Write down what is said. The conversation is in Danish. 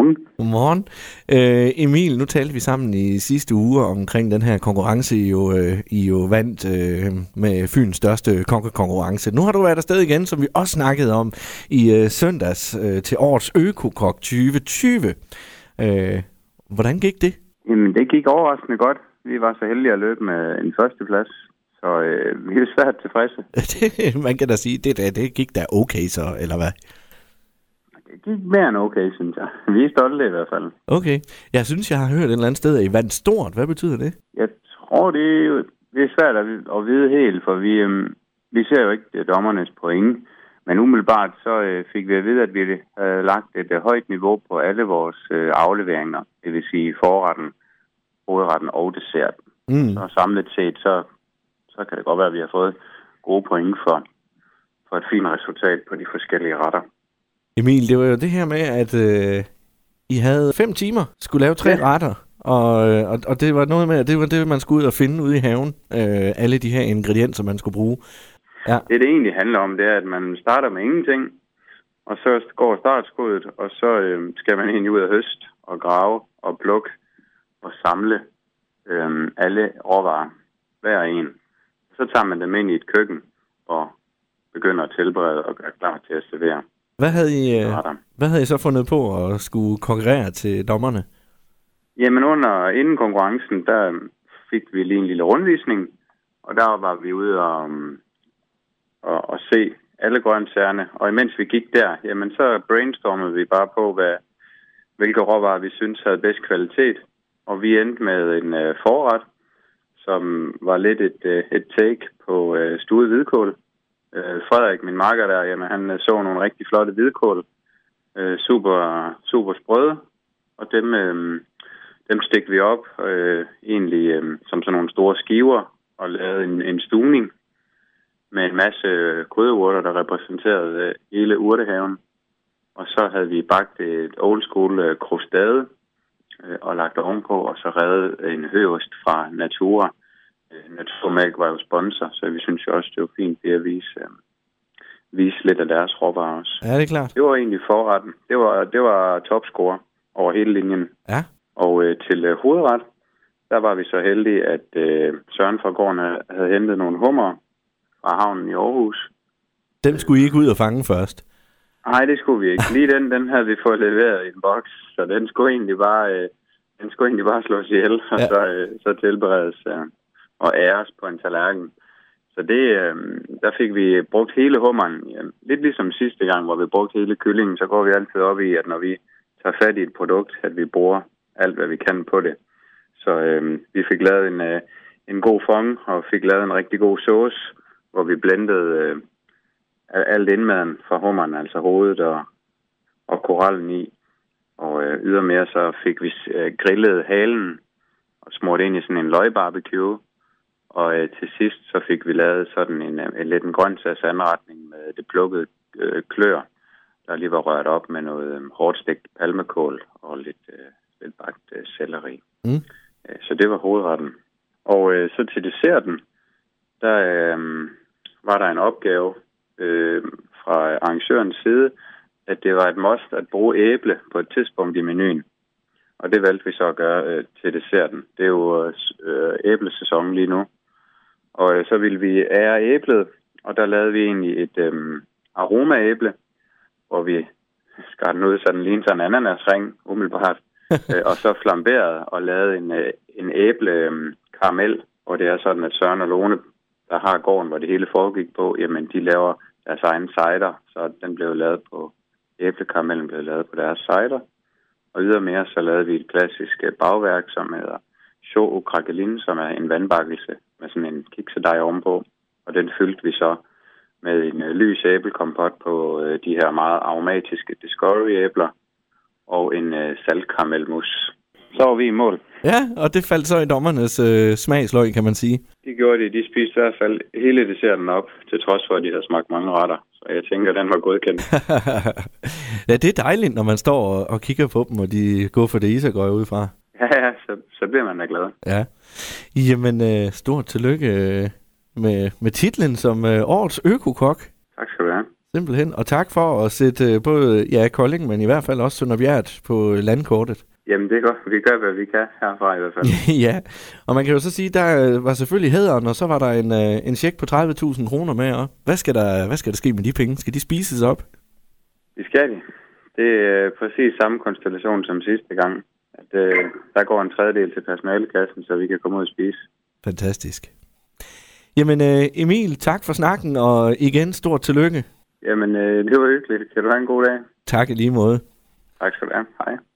Godmorgen. Godmorgen. Emil, nu talte vi sammen i sidste uge omkring den her konkurrence, I jo vandt med Fyns største kokkekonkurrence. Nu har du været afsted igen, som vi også snakkede om i søndags til årets Økokok 2020. Hvordan gik det? Jamen, det gik overraskende godt. Vi var så heldige at løbe med en førsteplads, så vi er svært tilfredse. Man kan da sige, det gik da okay så, eller hvad? Det gik mere end okay, synes jeg. Vi er stolte i hvert fald. Okay. Jeg synes, jeg har hørt et eller andet sted, at I vandt stort. Hvad betyder det? Jeg tror, det er svært at vide helt, for vi ser jo ikke dommernes point. Men umiddelbart så fik vi at vide, at vi havde lagt et højt niveau på alle vores afleveringer. Det vil sige forretten, hovedretten og desserten. Så samlet set, så kan det godt være, at vi har fået gode point for et fint resultat på de forskellige retter. Emil, det var jo det her med, at I havde 5 timer, skulle lave 3 retter, og det var noget med, at det var det, man skulle ud og finde ude i haven, alle de her ingredienser, man skulle bruge. Ja. Det egentlig handler om, det er, at man starter med ingenting, og så går startskuddet, og så skal man egentlig ud og høste og grave og plukke og samle alle råvarer, hver en. Så tager man dem ind i et køkken og begynder at tilberede og gøre klar til at servere. Hvad havde I så fundet på at skulle konkurrere til dommerne? Jamen inden konkurrencen, der fik vi lige en lille rundvisning, og der var vi ude og se alle grøntsagerne. Og imens vi gik der, jamen så brainstormede vi bare på, hvilke råvarer vi synes havde bedst kvalitet. Og vi endte med en forret, som var lidt et take på stuet hvidkål. Frederik, min makker der, jamen, han så nogle rigtig flotte hvidkål. Super sprøde. Og dem stik vi op egentlig som sådan nogle store skiver og lavede en stuvning med en masse krydderurter, der repræsenterede hele urtehaven. Og så havde vi bagt et old school krustade og lagt ovenpå, og så revet en høost fra Natura. Naturmælk var jo sponsor, så vi synes jo også, det var fint ved at vise lidt af deres råvarer også. Ja, det er klart. Det var egentlig forretten. Det var topscore over hele linjen. Ja. Og til hovedret, der var vi så heldige, at Søren fra gården havde hentet nogle hummer fra havnen i Aarhus. Dem skulle I ikke ud og fange først? Nej, det skulle vi ikke. Lige den havde vi fået leveret i en boks, så den skulle egentlig bare slås ihjel, og så tilberedes og æres på en tallerken. Så der fik vi brugt hele hummeren. Ja, lidt ligesom sidste gang, hvor vi brugte hele kyllingen, så går vi altid op i, at når vi tager fat i et produkt, at vi bruger alt, hvad vi kan på det. Så vi fik lavet en god fond, og fik lavet en rigtig god sauce, hvor vi blendede alt indmaden fra hummeren, altså hovedet og korallen i. Og ydermere så fik vi grillet halen og smurt ind i sådan en løgbarbecue. Og til sidst så fik vi lavet sådan en grøntsagsanretning med det plukkede klør, der lige var rørt op med noget hårdt stegt palmekål og lidt bagt selleri. Så det var hovedretten. Og så til desserten, der var der en opgave fra arrangørens side, at det var et must at bruge æble på et tidspunkt i menuen. Og det valgte vi så at gøre til desserten. Det er jo æblesæson lige nu. Og så ville vi ære æblet, og der lavede vi egentlig et aromaæble, hvor vi skar den ud, så den lignede sådan en ananasring umiddelbart. Og så flamberede og lavede en æble karamel, hvor det er sådan, at Søren og Lone, der har gården, hvor det hele foregik på, jamen de laver deres egen cider, så den blev lavet på, æblekaramellen blev lavet på deres cider. Og ydermere så lavede vi et klassisk bagværk, som hedder choux au craquelin, som er en vandbakkelse med sådan en kiksedej ovenpå. Og den fyldte vi så med en lys æblekompot på de her meget aromatiske Discovery-æbler og en saltkaramelmus. Så var vi i mål. Ja, og det faldt så i dommernes smagsløg, kan man sige. Det gjorde de. De spiste i hvert fald hele desserten op, til trods for, at de havde smagt mange retter. Så jeg tænker, at den var godkendt. Ja, det er dejligt, når man står og kigger på dem, og de går for det isagøj udefra. Ja, så bliver man da glad. Ja. Jamen, stort tillykke med titlen som årets økokok. Tak skal du have. Simpelthen. Og tak for at sætte både Kolding, men i hvert fald også Sønder Bjert på landkortet. Jamen, det er godt. Vi gør, hvad vi kan herfra i hvert fald. Ja, og man kan jo så sige, der var selvfølgelig hæderen, og så var der en check på 30.000 kroner med. Og hvad skal der ske med de penge? Skal de spises op? Det skal de. Det er præcis samme konstellation som sidste gang. At, der går en tredjedel til personalekassen, så vi kan komme ud og spise. Fantastisk. Jamen Emil, tak for snakken, og igen stort tillykke. Jamen, det var hyggeligt. Kan du have en god dag? Tak i lige måde. Tak skal du have. Hej.